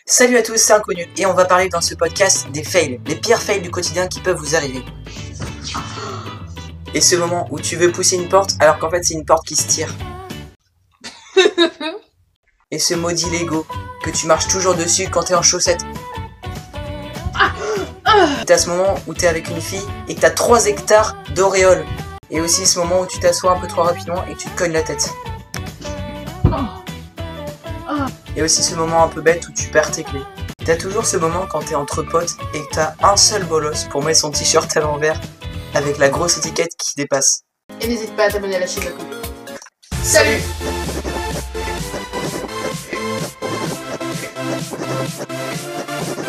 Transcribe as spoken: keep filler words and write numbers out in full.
Salut à tous, c'est Inconnu et on va parler dans ce podcast des fails, les pires fails du quotidien qui peuvent vous arriver. Et ce moment où tu veux pousser une porte alors qu'en fait c'est une porte qui se tire. Et ce maudit Lego que tu marches toujours dessus quand t'es en chaussettes. T'as ce moment où t'es avec une fille et que t'as trois hectares d'auréoles. Et aussi ce moment où tu t'assois un peu trop rapidement et que tu te cognes la tête. Et aussi ce moment un peu bête où tu perds tes clés. T'as toujours ce moment quand t'es entre potes et que t'as un seul bolos pour mettre son t-shirt à l'envers avec la grosse étiquette qui dépasse. Et n'hésite pas à t'abonner à la chaîne Inconnu. Salut! Salut.